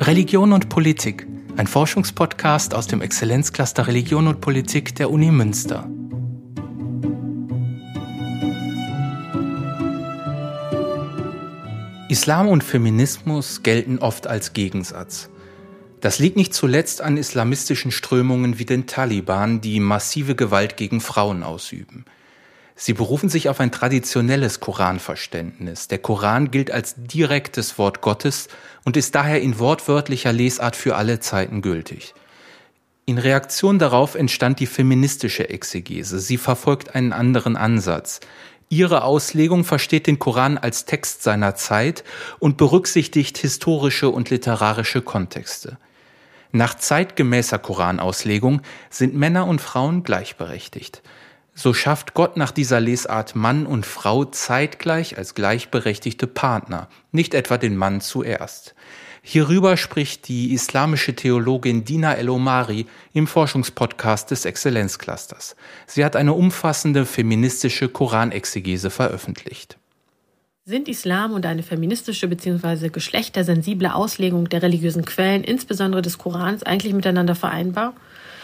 Religion und Politik, ein Forschungspodcast aus dem Exzellenzcluster Religion und Politik der Uni Münster. Islam und Feminismus gelten oft als Gegensatz. Das liegt nicht zuletzt an islamistischen Strömungen wie den Taliban, die massive Gewalt gegen Frauen ausüben. Sie berufen sich auf ein traditionelles Koranverständnis. Der Koran gilt als direktes Wort Gottes und ist daher in wortwörtlicher Lesart für alle Zeiten gültig. In Reaktion darauf entstand die feministische Exegese. Sie verfolgt einen anderen Ansatz. Ihre Auslegung versteht den Koran als Text seiner Zeit und berücksichtigt historische und literarische Kontexte. Nach zeitgemäßer Koranauslegung sind Männer und Frauen gleichberechtigt. So schafft Gott nach dieser Lesart Mann und Frau zeitgleich als gleichberechtigte Partner, nicht etwa den Mann zuerst. Hierüber spricht die islamische Theologin Dina El-Omari im Forschungspodcast des Exzellenzclusters. Sie hat eine umfassende feministische Koranexegese veröffentlicht. Sind Islam und eine feministische bzw. geschlechtersensible Auslegung der religiösen Quellen, insbesondere des Korans, eigentlich miteinander vereinbar?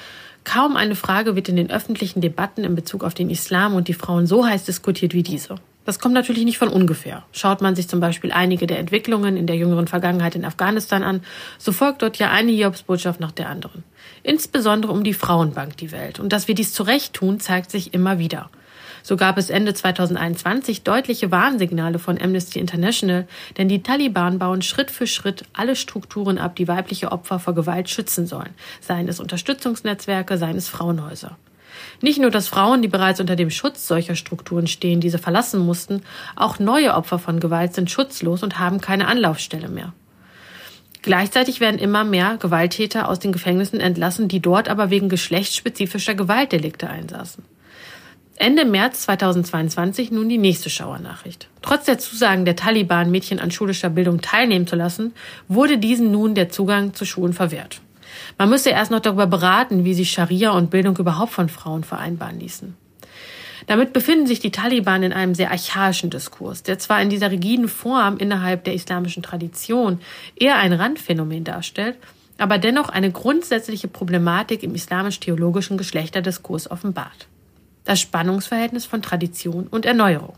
Kaum eine Frage wird in den öffentlichen Debatten in Bezug auf den Islam und die Frauen so heiß diskutiert wie diese. Das kommt natürlich nicht von ungefähr. Schaut man sich zum Beispiel einige der Entwicklungen in der jüngeren Vergangenheit in Afghanistan an, so folgt dort ja eine Hiobsbotschaft nach der anderen. Insbesondere um die Frauenbank die Welt. Und dass wir dies zu Recht tun, zeigt sich immer wieder. So gab es Ende 2021 deutliche Warnsignale von Amnesty International, denn die Taliban bauen Schritt für Schritt alle Strukturen ab, die weibliche Opfer vor Gewalt schützen sollen, seien es Unterstützungsnetzwerke, seien es Frauenhäuser. Nicht nur, dass Frauen, die bereits unter dem Schutz solcher Strukturen stehen, diese verlassen mussten, auch neue Opfer von Gewalt sind schutzlos und haben keine Anlaufstelle mehr. Gleichzeitig werden immer mehr Gewalttäter aus den Gefängnissen entlassen, die dort aber wegen geschlechtsspezifischer Gewaltdelikte einsaßen. Ende März 2022 nun die nächste Schauernachricht. Trotz der Zusagen der Taliban, Mädchen an schulischer Bildung teilnehmen zu lassen, wurde diesen nun der Zugang zu Schulen verwehrt. Man müsse erst noch darüber beraten, wie sich Scharia und Bildung überhaupt von Frauen vereinbaren ließen. Damit befinden sich die Taliban in einem sehr archaischen Diskurs, der zwar in dieser rigiden Form innerhalb der islamischen Tradition eher ein Randphänomen darstellt, aber dennoch eine grundsätzliche Problematik im islamisch-theologischen Geschlechterdiskurs offenbart. Das Spannungsverhältnis von Tradition und Erneuerung.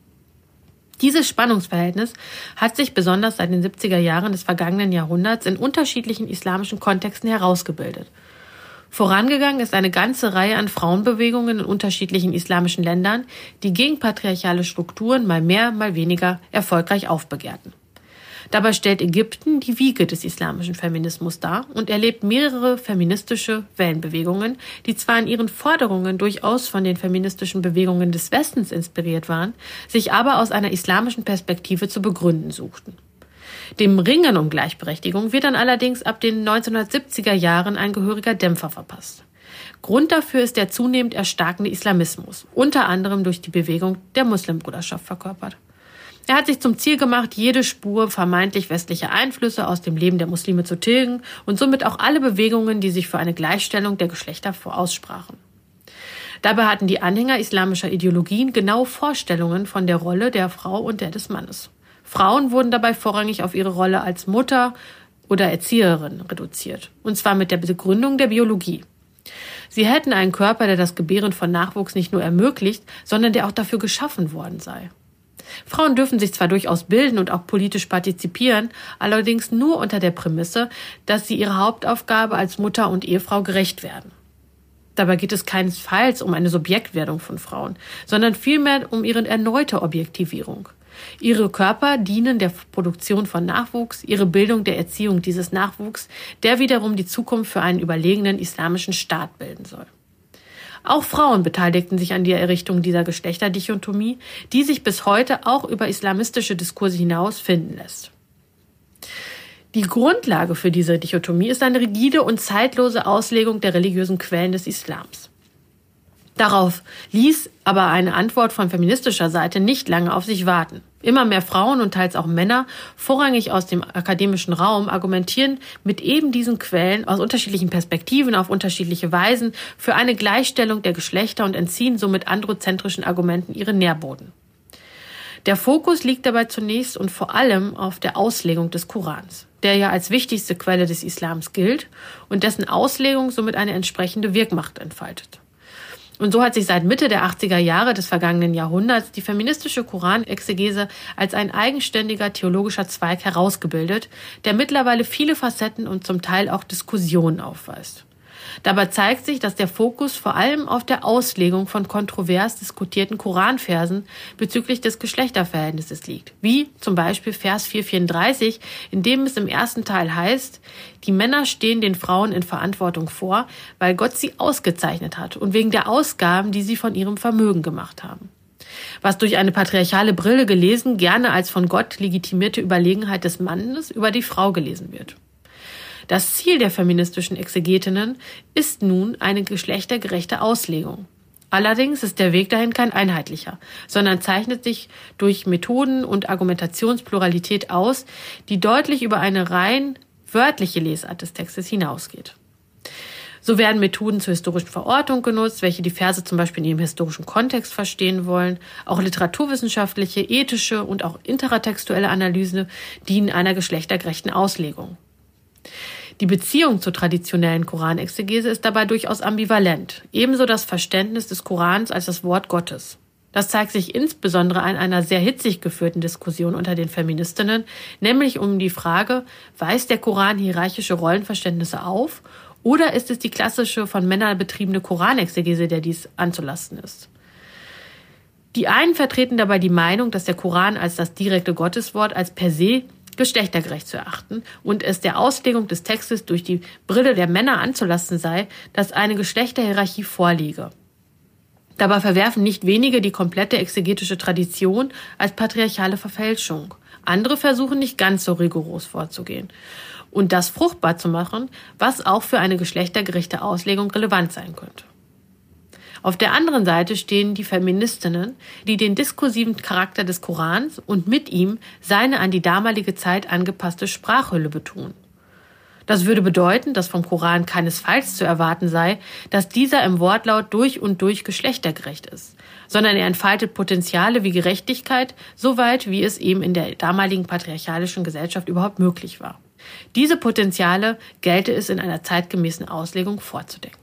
Dieses Spannungsverhältnis hat sich besonders seit den 70er Jahren des vergangenen Jahrhunderts in unterschiedlichen islamischen Kontexten herausgebildet. Vorangegangen ist eine ganze Reihe an Frauenbewegungen in unterschiedlichen islamischen Ländern, die gegen patriarchale Strukturen mal mehr, mal weniger erfolgreich aufbegehrten. Dabei stellt Ägypten die Wiege des islamischen Feminismus dar und erlebt mehrere feministische Wellenbewegungen, die zwar in ihren Forderungen durchaus von den feministischen Bewegungen des Westens inspiriert waren, sich aber aus einer islamischen Perspektive zu begründen suchten. Dem Ringen um Gleichberechtigung wird dann allerdings ab den 1970er Jahren ein gehöriger Dämpfer verpasst. Grund dafür ist der zunehmend erstarkende Islamismus, unter anderem durch die Bewegung der Muslimbruderschaft verkörpert. Er hat sich zum Ziel gemacht, jede Spur vermeintlich westlicher Einflüsse aus dem Leben der Muslime zu tilgen und somit auch alle Bewegungen, die sich für eine Gleichstellung der Geschlechter aussprachen. Dabei hatten die Anhänger islamischer Ideologien genaue Vorstellungen von der Rolle der Frau und der des Mannes. Frauen wurden dabei vorrangig auf ihre Rolle als Mutter oder Erzieherin reduziert, und zwar mit der Begründung der Biologie. Sie hätten einen Körper, der das Gebären von Nachwuchs nicht nur ermöglicht, sondern der auch dafür geschaffen worden sei. Frauen dürfen sich zwar durchaus bilden und auch politisch partizipieren, allerdings nur unter der Prämisse, dass sie ihrer Hauptaufgabe als Mutter und Ehefrau gerecht werden. Dabei geht es keinesfalls um eine Subjektwerdung von Frauen, sondern vielmehr um ihre erneute Objektivierung. Ihre Körper dienen der Produktion von Nachwuchs, ihre Bildung der Erziehung dieses Nachwuchs, der wiederum die Zukunft für einen überlegenen islamischen Staat bilden soll. Auch Frauen beteiligten sich an der Errichtung dieser Geschlechterdichotomie, die sich bis heute auch über islamistische Diskurse hinaus finden lässt. Die Grundlage für diese Dichotomie ist eine rigide und zeitlose Auslegung der religiösen Quellen des Islams. Darauf ließ aber eine Antwort von feministischer Seite nicht lange auf sich warten. Immer mehr Frauen und teils auch Männer, vorrangig aus dem akademischen Raum, argumentieren mit eben diesen Quellen aus unterschiedlichen Perspektiven auf unterschiedliche Weisen für eine Gleichstellung der Geschlechter und entziehen somit androzentrischen Argumenten ihren Nährboden. Der Fokus liegt dabei zunächst und vor allem auf der Auslegung des Korans. der ja als wichtigste Quelle des Islams gilt und dessen Auslegung somit eine entsprechende Wirkmacht entfaltet. Und so hat sich seit Mitte der 80er Jahre des vergangenen Jahrhunderts die feministische Koranexegese als ein eigenständiger theologischer Zweig herausgebildet, der mittlerweile viele Facetten und zum Teil auch Diskussionen aufweist. Dabei zeigt sich, dass der Fokus vor allem auf der Auslegung von kontrovers diskutierten Koranversen bezüglich des Geschlechterverhältnisses liegt, wie zum Beispiel Vers 434, in dem es im ersten Teil heißt, die Männer stehen den Frauen in Verantwortung vor, weil Gott sie ausgezeichnet hat und wegen der Ausgaben, die sie von ihrem Vermögen gemacht haben. Was durch eine patriarchale Brille gelesen gerne als von Gott legitimierte Überlegenheit des Mannes über die Frau gelesen wird. Das Ziel der feministischen Exegetinnen ist nun eine geschlechtergerechte Auslegung. Allerdings ist der Weg dahin kein einheitlicher, sondern zeichnet sich durch Methoden und Argumentationspluralität aus, die deutlich über eine rein wörtliche Lesart des Textes hinausgeht. So werden Methoden zur historischen Verortung genutzt, welche die Verse zum Beispiel in ihrem historischen Kontext verstehen wollen. Auch literaturwissenschaftliche, ethische und auch intertextuelle Analysen dienen einer geschlechtergerechten Auslegung. Die Beziehung zur traditionellen Koranexegese ist dabei durchaus ambivalent, ebenso das Verständnis des Korans als das Wort Gottes. Das zeigt sich insbesondere an einer sehr hitzig geführten Diskussion unter den Feministinnen, nämlich um die Frage, weist der Koran hierarchische Rollenverständnisse auf oder ist es die klassische von Männern betriebene Koranexegese, der dies anzulasten ist? Die einen vertreten dabei die Meinung, dass der Koran als das direkte Gotteswort als per se geschlechtergerecht zu erachten und es der Auslegung des Textes durch die Brille der Männer anzulasten sei, dass eine Geschlechterhierarchie vorliege. Dabei verwerfen nicht wenige die komplette exegetische Tradition als patriarchale Verfälschung. Andere versuchen nicht ganz so rigoros vorzugehen und das fruchtbar zu machen, was auch für eine geschlechtergerechte Auslegung relevant sein könnte. Auf der anderen Seite stehen die Feministinnen, die den diskursiven Charakter des Korans und mit ihm seine an die damalige Zeit angepasste Sprachhülle betonen. Das würde bedeuten, dass vom Koran keinesfalls zu erwarten sei, dass dieser im Wortlaut durch und durch geschlechtergerecht ist, sondern er entfaltet Potenziale wie Gerechtigkeit, soweit wie es eben in der damaligen patriarchalischen Gesellschaft überhaupt möglich war. Diese Potenziale gelte es in einer zeitgemäßen Auslegung vorzudenken.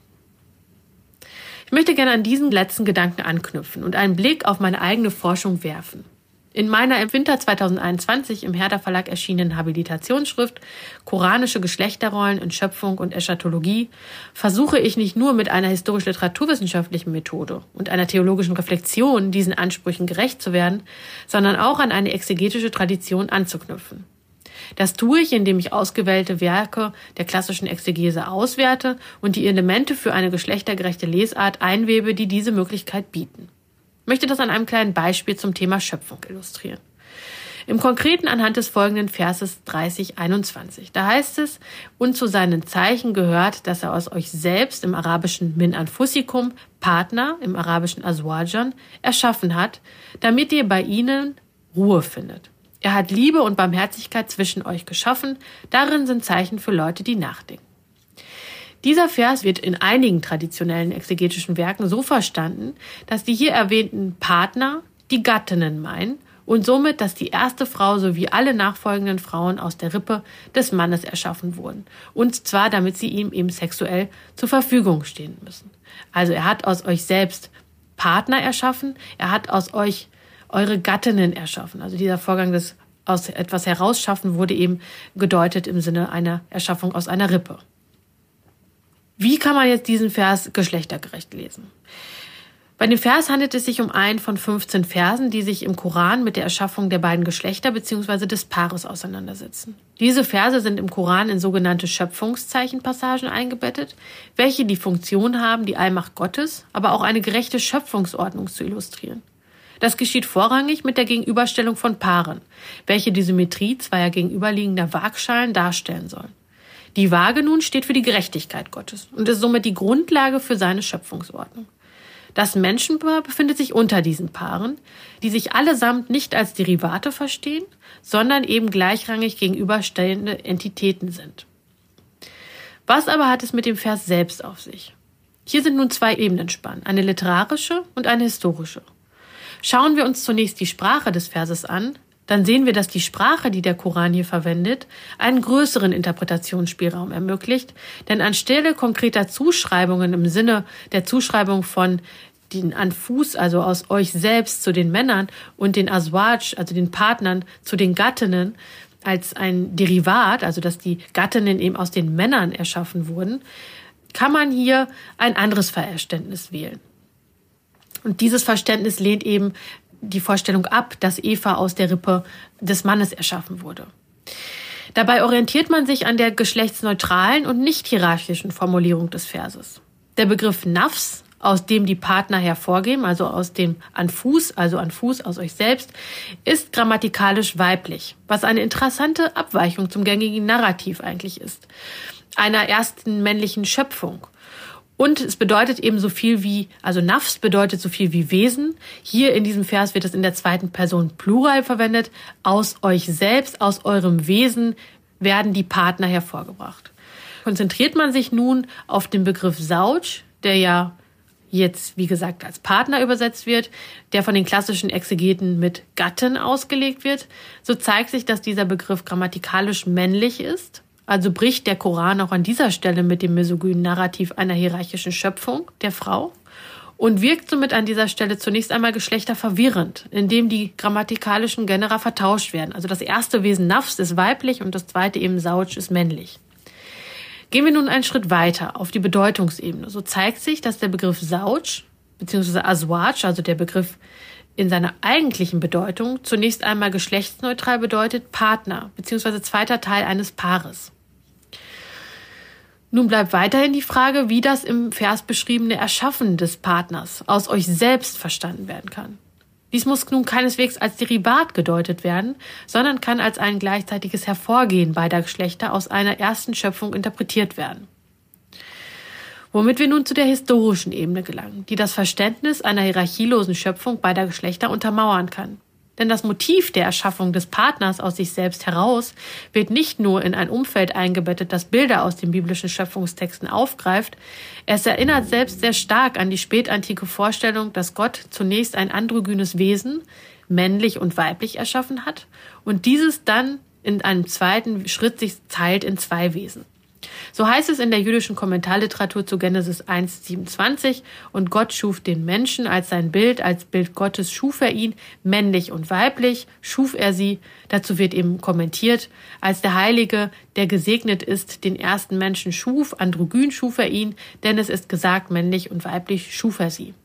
Ich möchte gerne an diesen letzten Gedanken anknüpfen und einen Blick auf meine eigene Forschung werfen. In meiner im Winter 2021 im Herder Verlag erschienenen Habilitationsschrift Koranische Geschlechterrollen in Schöpfung und Eschatologie versuche ich nicht nur mit einer historisch-literaturwissenschaftlichen Methode und einer theologischen Reflexion diesen Ansprüchen gerecht zu werden, sondern auch an eine exegetische Tradition anzuknüpfen. Das tue ich, indem ich ausgewählte Werke der klassischen Exegese auswerte und die Elemente für eine geschlechtergerechte Lesart einwebe, die diese Möglichkeit bieten. Ich möchte das an einem kleinen Beispiel zum Thema Schöpfung illustrieren. Im Konkreten anhand des folgenden Verses 30-21. Da heißt es, und zu seinen Zeichen gehört, dass er aus euch selbst im arabischen Min Anfusikum, Partner, im arabischen Azwajan, erschaffen hat, damit ihr bei ihnen Ruhe findet. Er hat Liebe und Barmherzigkeit zwischen euch geschaffen, darin sind Zeichen für Leute, die nachdenken. Dieser Vers wird in einigen traditionellen exegetischen Werken so verstanden, dass die hier erwähnten Partner die Gattinnen meinen und somit, dass die erste Frau sowie alle nachfolgenden Frauen aus der Rippe des Mannes erschaffen wurden. Und zwar, damit sie ihm eben sexuell zur Verfügung stehen müssen. Also er hat aus euch selbst Partner erschaffen, er hat aus euch eure Gattinnen erschaffen. Also dieser Vorgang des aus etwas herausschaffen wurde eben gedeutet im Sinne einer Erschaffung aus einer Rippe. Wie kann man jetzt diesen Vers geschlechtergerecht lesen? Bei dem Vers handelt es sich um einen von 15 Versen, die sich im Koran mit der Erschaffung der beiden Geschlechter bzw. des Paares auseinandersetzen. Diese Verse sind im Koran in sogenannte Schöpfungszeichenpassagen eingebettet, welche die Funktion haben, die Allmacht Gottes, aber auch eine gerechte Schöpfungsordnung zu illustrieren. Das geschieht vorrangig mit der Gegenüberstellung von Paaren, welche die Symmetrie zweier gegenüberliegender Waagschalen darstellen sollen. Die Waage nun steht für die Gerechtigkeit Gottes und ist somit die Grundlage für seine Schöpfungsordnung. Das Menschenpaar befindet sich unter diesen Paaren, die sich allesamt nicht als Derivate verstehen, sondern eben gleichrangig gegenüberstehende Entitäten sind. Was aber hat es mit dem Vers selbst auf sich? Hier sind nun zwei Ebenen spannend, eine literarische und eine historische. Schauen wir uns zunächst die Sprache des Verses an, dann sehen wir, dass die Sprache, die der Koran hier verwendet, einen größeren Interpretationsspielraum ermöglicht. Denn anstelle konkreter Zuschreibungen im Sinne der Zuschreibung von den Anfus, also aus euch selbst zu den Männern, und den Azwaj, also den Partnern, zu den Gattinnen, als ein Derivat, also dass die Gattinnen eben aus den Männern erschaffen wurden, kann man hier ein anderes Verständnis wählen. Und dieses Verständnis lehnt eben die Vorstellung ab, dass Eva aus der Rippe des Mannes erschaffen wurde. Dabei orientiert man sich an der geschlechtsneutralen und nicht hierarchischen Formulierung des Verses. Der Begriff Nafs, aus dem die Partner hervorgehen, also aus dem Anfus, aus euch selbst, ist grammatikalisch weiblich, was eine interessante Abweichung zum gängigen Narrativ eigentlich ist, einer ersten männlichen Schöpfung. Und es bedeutet eben so viel wie, also Nafs bedeutet so viel wie Wesen. Hier in diesem Vers wird es in der zweiten Person Plural verwendet. Aus euch selbst, aus eurem Wesen werden die Partner hervorgebracht. Konzentriert man sich nun auf den Begriff Sauj, der ja jetzt, wie gesagt, als Partner übersetzt wird, der von den klassischen Exegeten mit Gatten ausgelegt wird, so zeigt sich, dass dieser Begriff grammatikalisch männlich ist. Also bricht der Koran auch an dieser Stelle mit dem misogynen Narrativ einer hierarchischen Schöpfung der Frau und wirkt somit an dieser Stelle zunächst einmal geschlechterverwirrend, indem die grammatikalischen Genera vertauscht werden. Also das erste Wesen Nafs ist weiblich und das zweite eben Sauj ist männlich. Gehen wir nun einen Schritt weiter auf die Bedeutungsebene. So zeigt sich, dass der Begriff Sauj bzw. Azwaj, also der Begriff in seiner eigentlichen Bedeutung, zunächst einmal geschlechtsneutral bedeutet Partner bzw. zweiter Teil eines Paares. Nun bleibt weiterhin die Frage, wie das im Vers beschriebene Erschaffen des Partners aus euch selbst verstanden werden kann. Dies muss nun keineswegs als Derivat gedeutet werden, sondern kann als ein gleichzeitiges Hervorgehen beider Geschlechter aus einer ersten Schöpfung interpretiert werden. Womit wir nun zu der historischen Ebene gelangen, die das Verständnis einer hierarchielosen Schöpfung beider Geschlechter untermauern kann. Denn das Motiv der Erschaffung des Partners aus sich selbst heraus wird nicht nur in ein Umfeld eingebettet, das Bilder aus den biblischen Schöpfungstexten aufgreift, es erinnert selbst sehr stark an die spätantike Vorstellung, dass Gott zunächst ein androgynes Wesen, männlich und weiblich, erschaffen hat und dieses dann in einem zweiten Schritt sich teilt in zwei Wesen. So heißt es in der jüdischen Kommentarliteratur zu Genesis 1,27: Und Gott schuf den Menschen als sein Bild, als Bild Gottes schuf er ihn, männlich und weiblich schuf er sie. Dazu wird eben kommentiert, als der Heilige, der gesegnet ist, den ersten Menschen schuf, androgyn schuf er ihn, denn es ist gesagt, männlich und weiblich schuf er sie.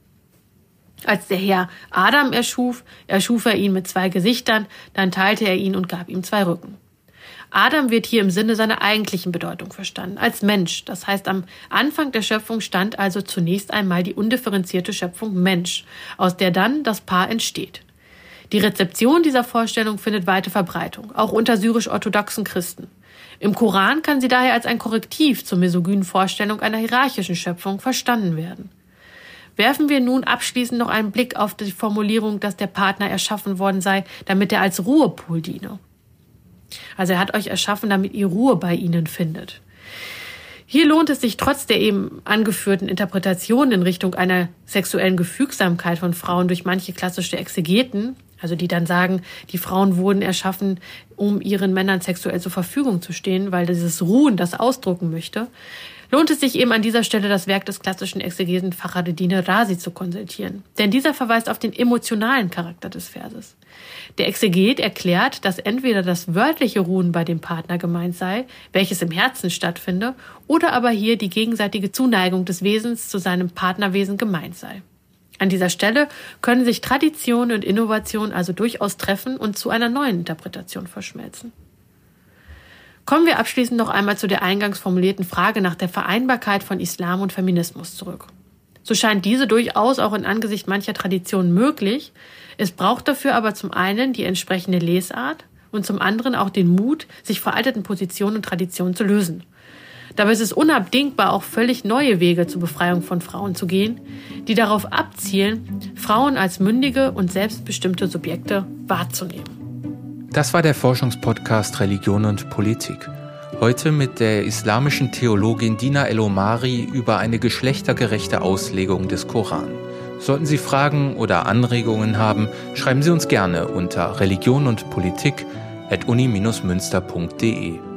Als der Herr Adam erschuf er ihn mit zwei Gesichtern, dann teilte er ihn und gab ihm zwei Rücken. Adam wird hier im Sinne seiner eigentlichen Bedeutung verstanden, als Mensch. Das heißt, am Anfang der Schöpfung stand also zunächst einmal die undifferenzierte Schöpfung Mensch, aus der dann das Paar entsteht. Die Rezeption dieser Vorstellung findet weite Verbreitung, auch unter syrisch-orthodoxen Christen. Im Koran kann sie daher als ein Korrektiv zur misogynen Vorstellung einer hierarchischen Schöpfung verstanden werden. Werfen wir nun abschließend noch einen Blick auf die Formulierung, dass der Partner erschaffen worden sei, damit er als Ruhepol diene. Also er hat euch erschaffen, damit ihr Ruhe bei ihnen findet. Hier lohnt es sich trotz der eben angeführten Interpretation in Richtung einer sexuellen Gefügsamkeit von Frauen durch manche klassische Exegeten, also die dann sagen, die Frauen wurden erschaffen, um ihren Männern sexuell zur Verfügung zu stehen, weil dieses Ruhen das ausdrücken möchte, lohnt es sich eben an dieser Stelle das Werk des klassischen Exegeten Fakhreddin Razi zu konsultieren. Denn dieser verweist auf den emotionalen Charakter des Verses. Der Exeget erklärt, dass entweder das wörtliche Ruhen bei dem Partner gemeint sei, welches im Herzen stattfinde, oder aber hier die gegenseitige Zuneigung des Wesens zu seinem Partnerwesen gemeint sei. An dieser Stelle können sich Tradition und Innovation also durchaus treffen und zu einer neuen Interpretation verschmelzen. Kommen wir abschließend noch einmal zu der eingangs formulierten Frage nach der Vereinbarkeit von Islam und Feminismus zurück. So scheint diese durchaus auch in Angesicht mancher Traditionen möglich. Es braucht dafür aber zum einen die entsprechende Lesart und zum anderen auch den Mut, sich veralteten Positionen und Traditionen zu lösen. Dabei ist es unabdingbar, auch völlig neue Wege zur Befreiung von Frauen zu gehen, die darauf abzielen, Frauen als mündige und selbstbestimmte Subjekte wahrzunehmen. Das war der Forschungspodcast Religion und Politik. Heute mit der islamischen Theologin Dina El-Omari über eine geschlechtergerechte Auslegung des Koran. Sollten Sie Fragen oder Anregungen haben, schreiben Sie uns gerne unter religionundpolitik@uni-münster.de.